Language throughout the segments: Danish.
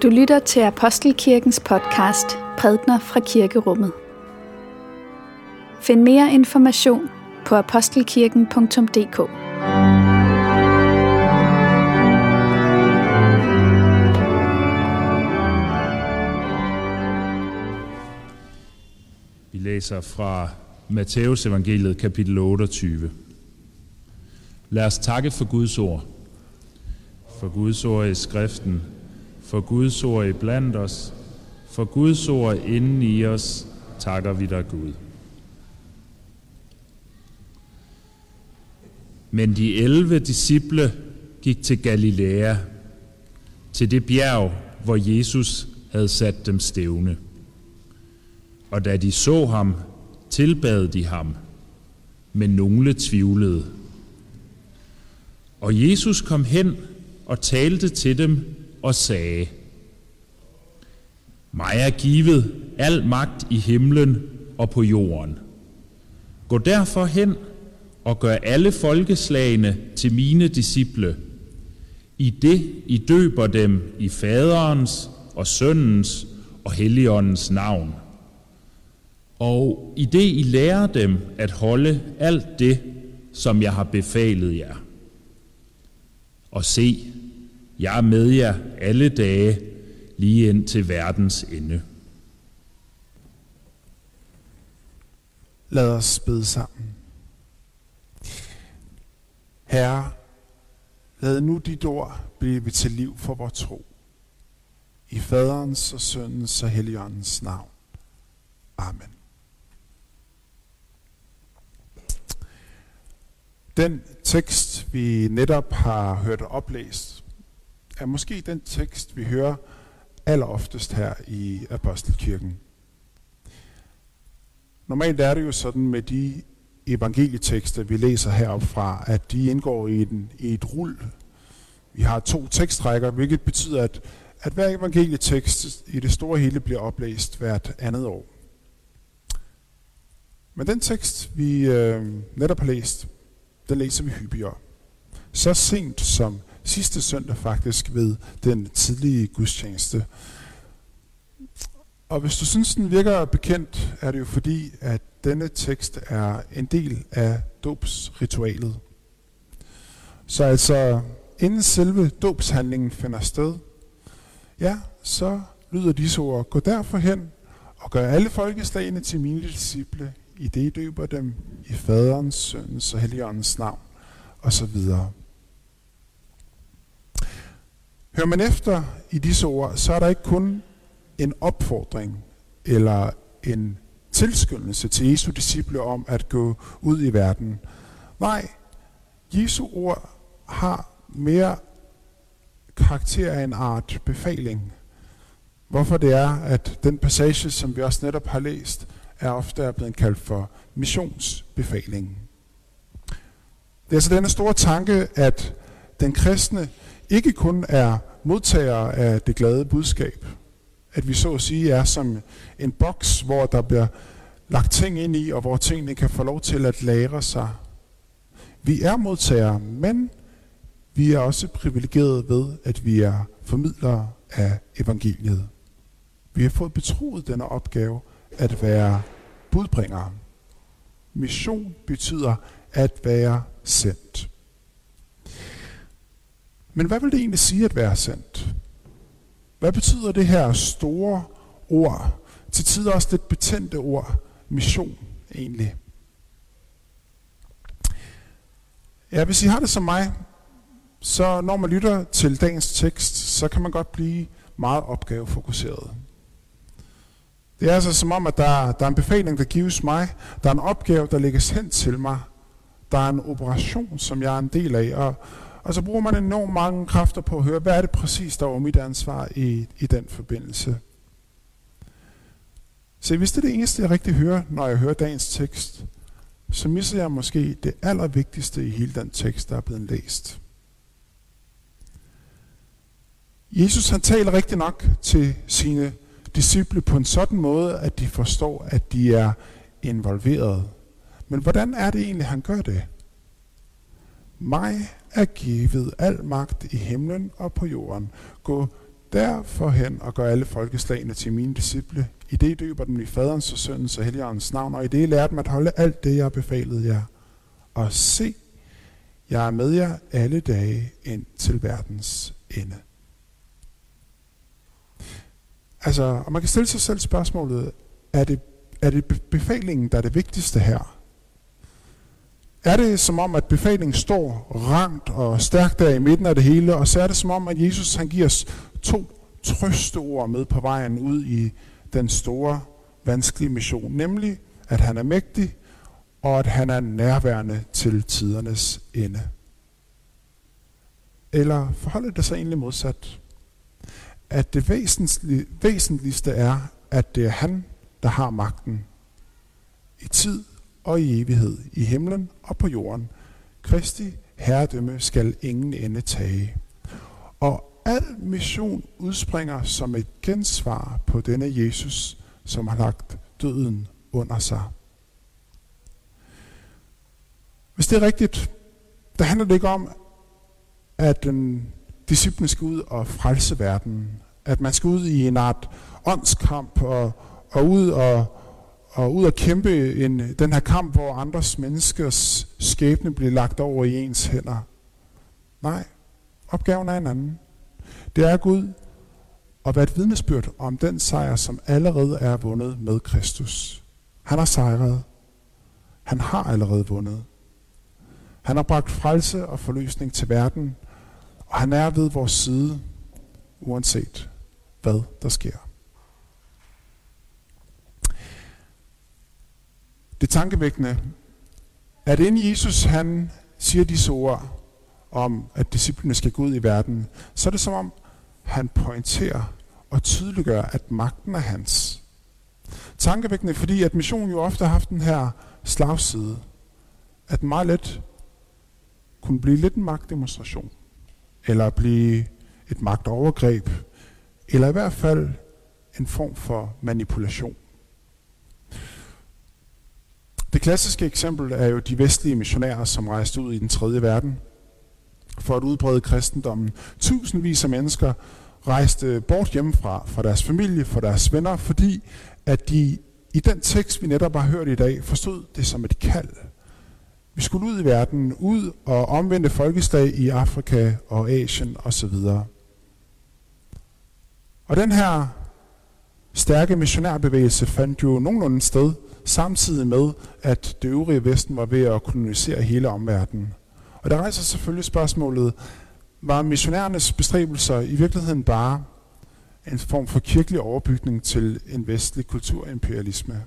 Du lytter til Apostelkirkens podcast Prædikener fra Kirkerummet. Find mere information på apostelkirken.dk. Vi læser fra Matthæus evangeliet kapitel 28. Lad os takke for Guds ord. For Guds ord i skriften, for Guds ord i blandt os, for Guds ord inden i os, takker vi dig, Gud. Men de 11 disciple gik til Galilea, til det bjerg, hvor Jesus havde sat dem stævne. Og da de så ham, tilbad de ham, men nogle tvivlede. Og Jesus kom hen og talte til dem og sagde: Mig er givet al magt i himlen og på jorden. Gå derfor hen og gør alle folkeslagene til mine disciple, i det I døber dem i Faderens og Sønnens og Helligåndens navn. Og i det I lærer dem at holde alt det, som jeg har befalet jer. Og se, jeg er med jer alle dage, lige ind til verdens ende. Lad os bede sammen. Herre, lad nu dit ord blive til liv for vor tro. I Faderens og Sønnens og Helligåndens navn. Amen. Den tekst, vi netop har hørt oplæst, er måske den tekst, vi hører alleroftest her i Apostelkirken. Normalt er det jo sådan med de evangelietekster, vi læser heroppe fra, at de indgår i et rul. Vi har 2 tekstrækker, hvilket betyder, at hver evangelietekst i det store hele bliver oplæst hvert andet år. Men den tekst, vi netop har læst, den læser vi hyppigere. Så sent som sidste søndag faktisk ved den tidlige gudstjeneste. Og hvis du synes, den virker bekendt, er det jo fordi, at denne tekst er en del af dåbsritualet. Så altså, inden selve dåbshandlingen finder sted, ja, så lyder disse ord: Gå derfor hen og gør alle folkeslagene til mine disciple, i det I døber dem i Faderens, Sønnens og Helligåndens navn, og så videre. Hører man efter i disse ord, så er der ikke kun en opfordring eller en tilskyndelse til Jesu disciple om at gå ud i verden. Nej, Jesu ord har mere karakter af en art befaling. Hvorfor det er, at den passage, som vi også netop har læst, ofte blevet kaldt for missionsbefaling. Det er altså denne store tanke, at den kristne ikke kun er modtager af det glade budskab, at vi så at sige er som en boks, hvor der bliver lagt ting ind i, og hvor tingene kan få lov til at lære sig. Vi er modtagere, men vi er også privilegerede ved, at vi er formidlere af evangeliet. Vi har fået betroet denne opgave at være budbringere. Mission betyder at være sendt. Men hvad vil det egentlig sige at være sendt? Hvad betyder det her store ord, til tider også lidt betændte ord, mission egentlig? Ja, hvis I har det som mig, så når man lytter til dagens tekst, så kan man godt blive meget opgavefokuseret. Det er altså som om, at der er en befaling, der gives mig. Der er en opgave, der lægges hen til mig. Der er en operation, som jeg er en del af. Og så bruger man enormt mange kræfter på at høre, hvad er det præcis, der er mit ansvar i den forbindelse. Så hvis det er det eneste, jeg rigtig hører, når jeg hører dagens tekst, så misser jeg måske det allervigtigste i hele den tekst, der er blevet læst. Jesus, han taler rigtig nok til sine disciple på en sådan måde, at de forstår, at de er involveret. Men hvordan er det egentlig, han gør det? Mig er givet al magt i himlen og på jorden. Gå derfor hen og gør alle folkeslagene til mine disciple. I det døber dem i faderens og søndens og helligåndens navn, og i det lærer dem at holde alt det, jeg har befalet jer. Og se, jeg er med jer alle dage ind til verdens ende. Altså, og man kan stille sig selv spørgsmålet, er det befalingen, der er det vigtigste her? Er det som om, at befalingen står rangt og stærkt der i midten af det hele, og så er det som om, at Jesus han giver os 2 trøsteord med på vejen ud i den store, vanskelige mission, nemlig at han er mægtig, og at han er nærværende til tidernes ende. Eller forholder det sig egentlig modsat? At det væsentligste er, at det er han, der har magten i tid og i evighed, i himlen og på jorden. Kristi herredømme skal ingen ende tage. Og al mission udspringer som et gensvar på denne Jesus, som har lagt døden under sig. Hvis det er rigtigt, der handler det ikke om, at disciplene skal ud og frelse verden. At man skal ud i en art åndskamp og ud og kæmpe den her kamp, hvor andres menneskers skæbne bliver lagt over i ens hænder. Nej, opgaven er en anden. Det er Gud at være et vidnesbyrd om den sejr, som allerede er vundet med Kristus. Han har sejret. Han har allerede vundet. Han har bragt frelse og forløsning til verden, og han er ved vores side, uanset hvad der sker. Det tankevækkende, at inden Jesus han siger disse ord om, at disciplene skal gå ud i verden, så er det som om, han pointerer og tydeliggør, at magten er hans. Tankevækkende, fordi at missionen jo ofte har haft den her slagside, at den meget let kunne blive lidt en magtdemonstration, eller blive et magtovergreb, eller i hvert fald en form for manipulation. Det klassiske eksempel er jo de vestlige missionærer, som rejste ud i den 3. verden for at udbrede kristendommen. Tusindvis af mennesker rejste bort hjemmefra, fra deres familie, fra deres venner, fordi at de i den tekst, vi netop har hørt i dag, forstod det som et kald. Vi skulle ud i verden, ud og omvende folkeslag i Afrika og Asien osv. Og den her stærke missionærbevægelse fandt jo nogenlunde sted, samtidig med, at det øvrige Vesten var ved at kolonisere hele omverdenen. Og der rejser selvfølgelig spørgsmålet, var missionærernes bestræbelser i virkeligheden bare en form for kirkelig overbygning til en vestlig kulturimperialisme?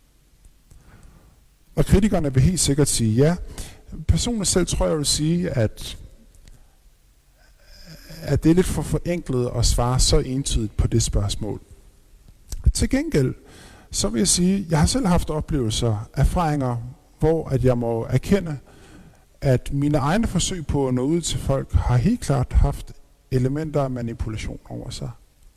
Og kritikerne vil helt sikkert sige ja. Personligt selv tror jeg vil sige, at det er lidt for forenklet at svare så entydigt på det spørgsmål. Til gengæld, så vil jeg sige, at jeg har selv haft oplevelser, erfaringer, hvor at jeg må erkende, at mine egne forsøg på at nå ud til folk har helt klart haft elementer af manipulation over sig.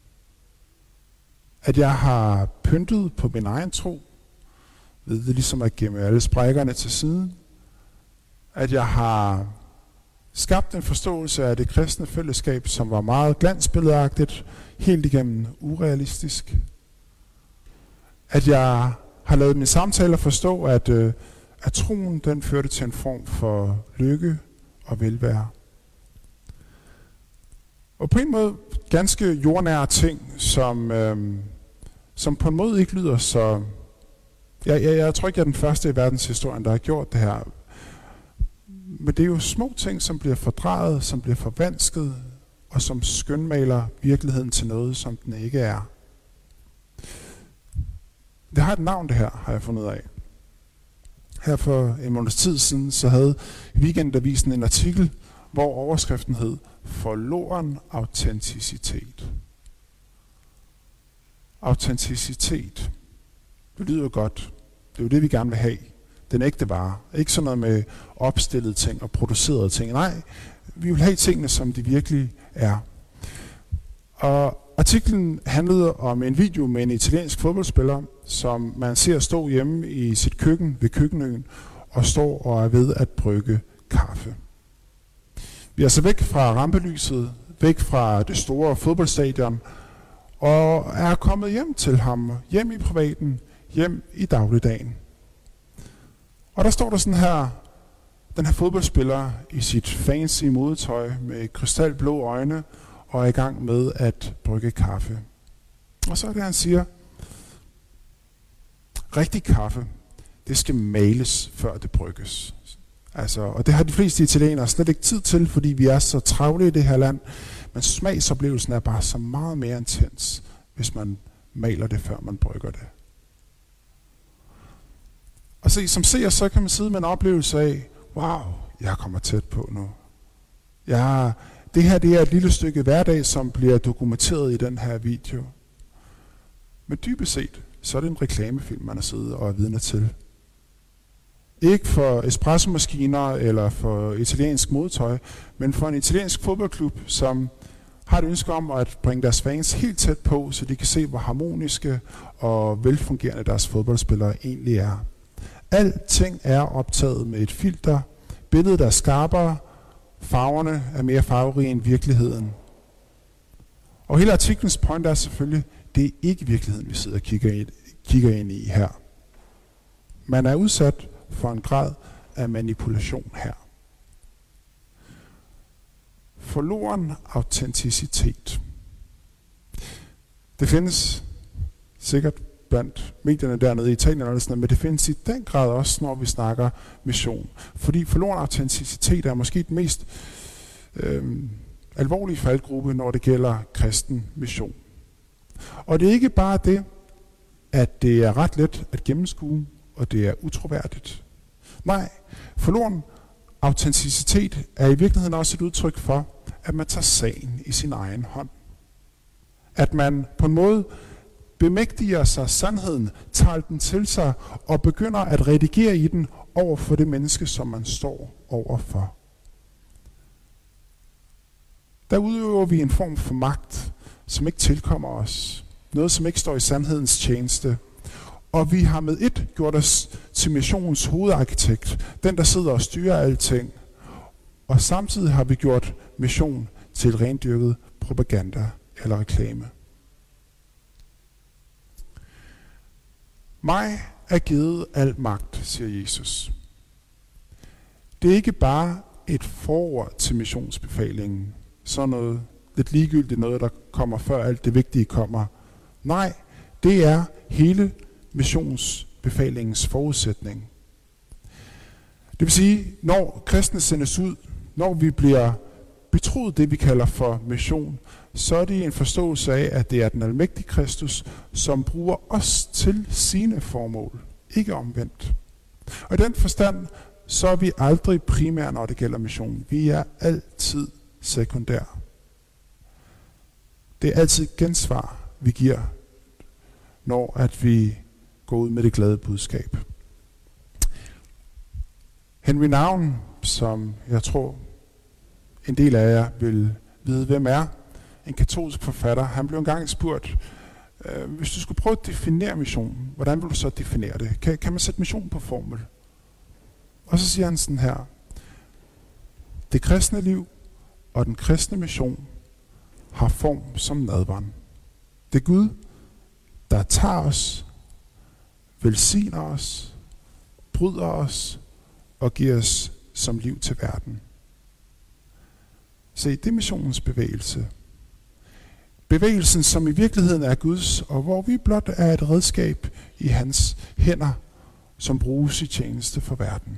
At jeg har pyntet på min egen tro, ved det ligesom at gemme alle sprækkerne til siden. At jeg har skabt en forståelse af det kristne fællesskab, som var meget glansbilledagtigt, helt igennem urealistisk. At jeg har lavet mine samtaler forstå, at troen den førte til en form for lykke og velvære. Og på en måde ganske jordnære ting, som på en måde ikke lyder så... Jeg tror ikke, jeg er den første i verdenshistorien, der har gjort det her. Men det er jo små ting, som bliver fordrejet, som bliver forvansket, og som skønmaler virkeligheden til noget, som den ikke er. Det har et navn, det her, har jeg fundet ud af. Her for en måneds tid siden, så havde Weekendavisen en artikel, hvor overskriften hed Forloren autenticitet. Autenticitet. Det lyder godt. Det er jo det, vi gerne vil have. Den ægte vare. Ikke sådan noget med opstillede ting og producerede ting. Nej, vi vil have tingene, som de virkelig er. Og artiklen handlede om en video med en italiensk fodboldspiller, som man ser stå hjemme i sit køkken ved køkkenøen og står og er ved at brygge kaffe. Vi er så væk fra rampelyset. væk fra det store fodboldstadion, og er kommet hjem til ham, hjem i privaten, hjem i dagligdagen. Og der står der sådan her, den her fodboldspiller i sit fancy modetøj med krystalblå øjne og er i gang med at brygge kaffe. Og så er det, han siger, rigtig kaffe, det skal males, før det brygges. Altså, og det har de fleste italienere slet ikke tid til, fordi vi er så travle i det her land. Men smagsoplevelsen er bare så meget mere intens, hvis man maler det, før man brygger det. Og som seer, så kan man sidde med en oplevelse af, wow, jeg kommer tæt på nu. Det her det er et lille stykke hverdag, som bliver dokumenteret i den her video. Men dybest set, så er det en reklamefilm, man har siddet og er vidne til. Ikke for espressomaskiner eller for italiensk modetøj, men for en italiensk fodboldklub, som har et ønske om at bringe deres fans helt tæt på, så de kan se, hvor harmoniske og velfungerende deres fodboldspillere egentlig er. Alting er optaget med et filter. Billedet er skarpere. Farverne er mere farverige end virkeligheden. Og hele artiklens point er selvfølgelig, det er ikke virkeligheden, vi sidder og kigger ind i her. Man er udsat for en grad af manipulation her. Forloren autenticitet. Det findes sikkert blandt medierne dernede i Italien, men det findes i den grad også, når vi snakker mission. Fordi forloren autenticitet er måske den mest alvorlige faldgruppe, når det gælder kristen mission. Og det er ikke bare det, at det er ret let at gennemskue, og det er utroværdigt. Nej, forloren autenticitet er i virkeligheden også et udtryk for, at man tager sagen i sin egen hånd. At man på en måde bemægtiger sig sandheden, tager den til sig og begynder at redigere i den over for det menneske, som man står overfor. Der udøver vi en form for magt, som ikke tilkommer os. Noget, som ikke står i sandhedens tjeneste. Og vi har med et gjort os til missionens hovedarkitekt, den der sidder og styrer alting. Og samtidig har vi gjort mission til rendyrket propaganda eller reklame. Mig er givet al magt, siger Jesus. Det er ikke bare et forord til missionsbefalingen. Sådan noget lidt ligegyldigt noget, der kommer før alt det vigtige kommer. Nej, det er hele missionsbefalingens forudsætning. Det vil sige, når kristne sendes ud, når vi bliver betroet det, vi kalder for mission, så er det en forståelse af, at det er den almægtige Kristus, som bruger os til sine formål, ikke omvendt. Og i den forstand, så er vi aldrig primære, når det gælder mission. Vi er altid sekundær. Det er altid gensvar, vi giver, når at vi går ud med det glade budskab. Henry Nouwen, som jeg tror en del af jer vil vide, hvem er, en katolsk forfatter, han blev engang spurgt, hvis du skulle prøve at definere mission, hvordan vil du så definere det? Kan man sætte mission på formel? Og så siger han sådan her, det kristne liv og den kristne mission har form som nadveren. Det er Gud, der tager os, velsigner os, bryder os og giver os som liv til verden. Se, det er missionens bevægelse. Bevægelsen, som i virkeligheden er Guds, og hvor vi blot er et redskab i hans hænder, som bruges i tjeneste for verden.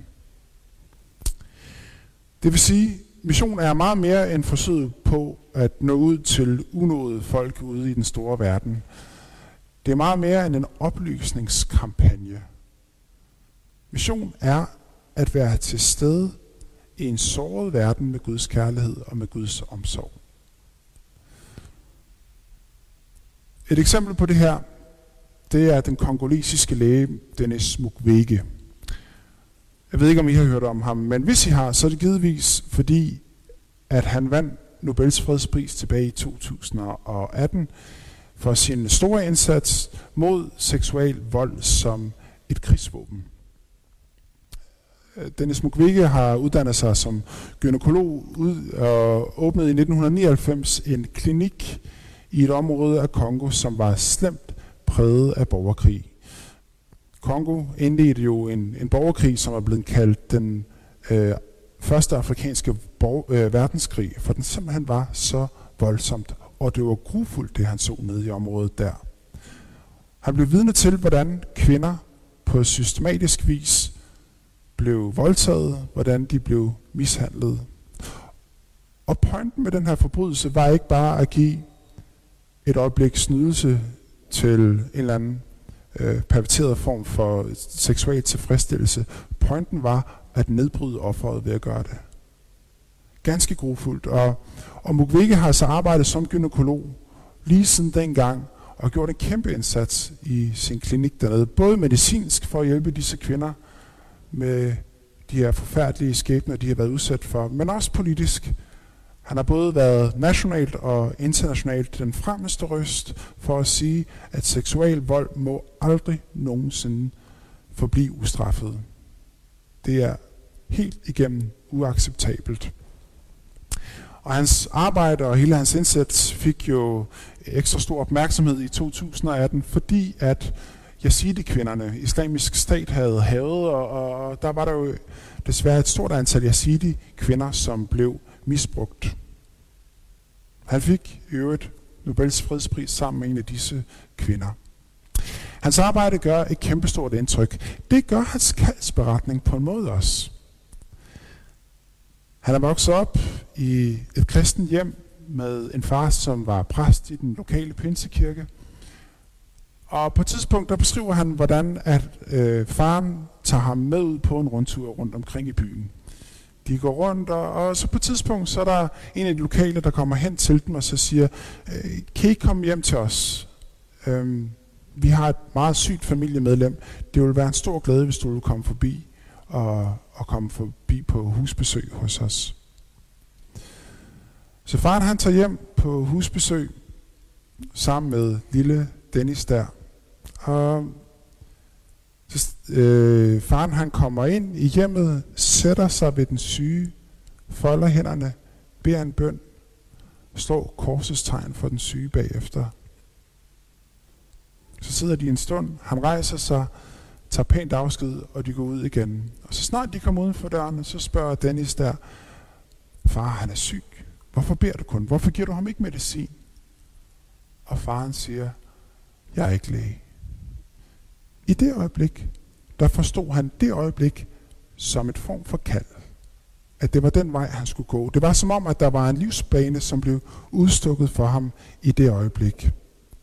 Det vil sige, mission er meget mere end forsøget på at nå ud til unåede folk ude i den store verden. Det er meget mere end en oplysningskampagne. Mission er at være til stede i en såret verden med Guds kærlighed og med Guds omsorg. Et eksempel på det her, det er den kongolesiske læge Denis Mukwege. Jeg ved ikke, om I har hørt om ham, men hvis I har, så er det givetvis fordi, at han vandt Nobels fredspris tilbage i 2018 for sin store indsats mod seksuel vold som et krigsvåben. Denis Mukwege har uddannet sig som gynekolog og åbnede i 1999 en klinik i et område af Congo, som var slemt præget af borgerkrig. Congo indledte jo en borgerkrig, som er blevet kaldt den første afrikanske verdenskrig, for den simpelthen var så voldsomt, og det var grufuldt, det han så nede i området der. Han blev vidne til, hvordan kvinder på systematisk vis blev voldtaget, hvordan de blev mishandlet. Og pointen med den her forbrydelse var ikke bare at give et øjebliks nydelse til en eller anden perverteret form for seksuel tilfredsstillelse. Pointen var at nedbryde offeret ved at gøre det. Ganske grufuldt. Og Mukwege har så arbejdet som gynekolog lige siden dengang, og gjort en kæmpe indsats i sin klinik dernede. Både medicinsk for at hjælpe disse kvinder med de her forfærdelige skæbner, de har været udsat for, men også politisk. Han har både været nationalt og internationalt den fremmeste røst for at sige, at seksuel vold må aldrig nogensinde forblive ustraffet. Det er helt igennem uacceptabelt. Og hans arbejde og hele hans indsats fik jo ekstra stor opmærksomhed i 2018, fordi at yazidi-kvinderne, Islamisk Stat havde hævet, og der var der jo desværre et stort antal yazidi-kvinder, som blev misbrugt. Han fik i øvrigt Nobels fredspris sammen med en af disse kvinder. Hans arbejde gør et kæmpestort indtryk. Det gør hans kaldsberetning på en måde også. Han er vokset op i et kristent hjem med en far, som var præst i den lokale pinsekirke. Og på et tidspunkt, der beskriver han, hvordan at faren tager ham med ud på en rundtur rundt omkring i byen. De går rundt, og så på et tidspunkt, så er der en af de lokale, der kommer hen til dem og så siger, kan I komme hjem til os? Vi har et meget sygt familiemedlem. Det vil være en stor glæde, hvis du vil komme forbi og komme forbi på husbesøg hos os. Så faren han tager hjem på husbesøg sammen med lille Dennis der. Og faren han kommer ind i hjemmet, sætter sig ved den syge, folder hænderne, beder en bøn, står korsets tegn for den syge bagefter. Så sidder de en stund, han rejser sig, tager pænt afsked, og de går ud igen. Og så snart de kommer uden for døren, så spørger Dennis der, far, han er syg. Hvorfor beder du kun? Hvorfor giver du ham ikke medicin? Og faren siger, jeg er ikke læge. I det øjeblik, der forstod han det øjeblik som et form for kald. At det var den vej, han skulle gå. Det var som om, at der var en livsbane, som blev udstukket for ham i det øjeblik.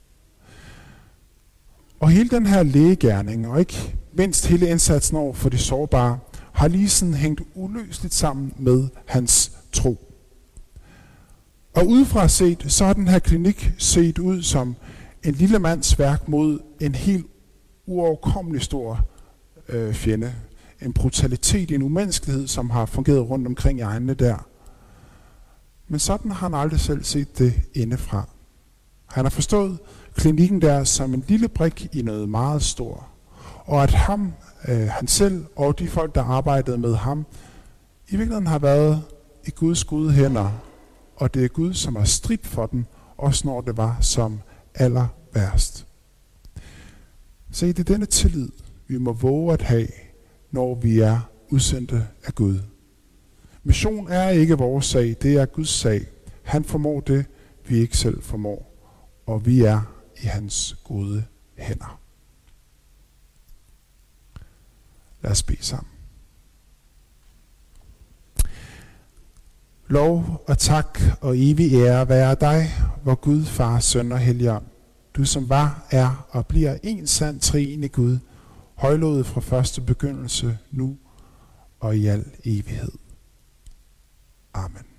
Og hele den her lægegerning, og ikke mindst hele indsatsen over for de sårbare, har lige sådan hængt uløseligt sammen med hans tro. Og udefra set, så har den her klinik set ud som en lille mands værk mod en helt uoverkommelig stor fjende. En brutalitet, en umenneskelighed, som har fungeret rundt omkring i egne der. Men sådan har han aldrig selv set det indefra. Han har forstået klinikken der som en lille brik i noget meget stort. Og at han selv og de folk, der arbejdede med ham, i virkeligheden har været i Guds gode hænder. Og det er Gud, som har stridt for dem, også når det var som aller værst. Så det er denne tillid, vi må våge at have, når vi er udsendte af Gud. Mission er ikke vores sag, det er Guds sag. Han formår det, vi ikke selv formår. Og vi er i hans gode hænder. Lad os bede sammen. Lov og tak og evig ære være dig, vor Gud, Far, Søn og Helligånd. Du som var, er og bliver en sand treenig Gud, højlovet fra første begyndelse, nu og i al evighed. Amen.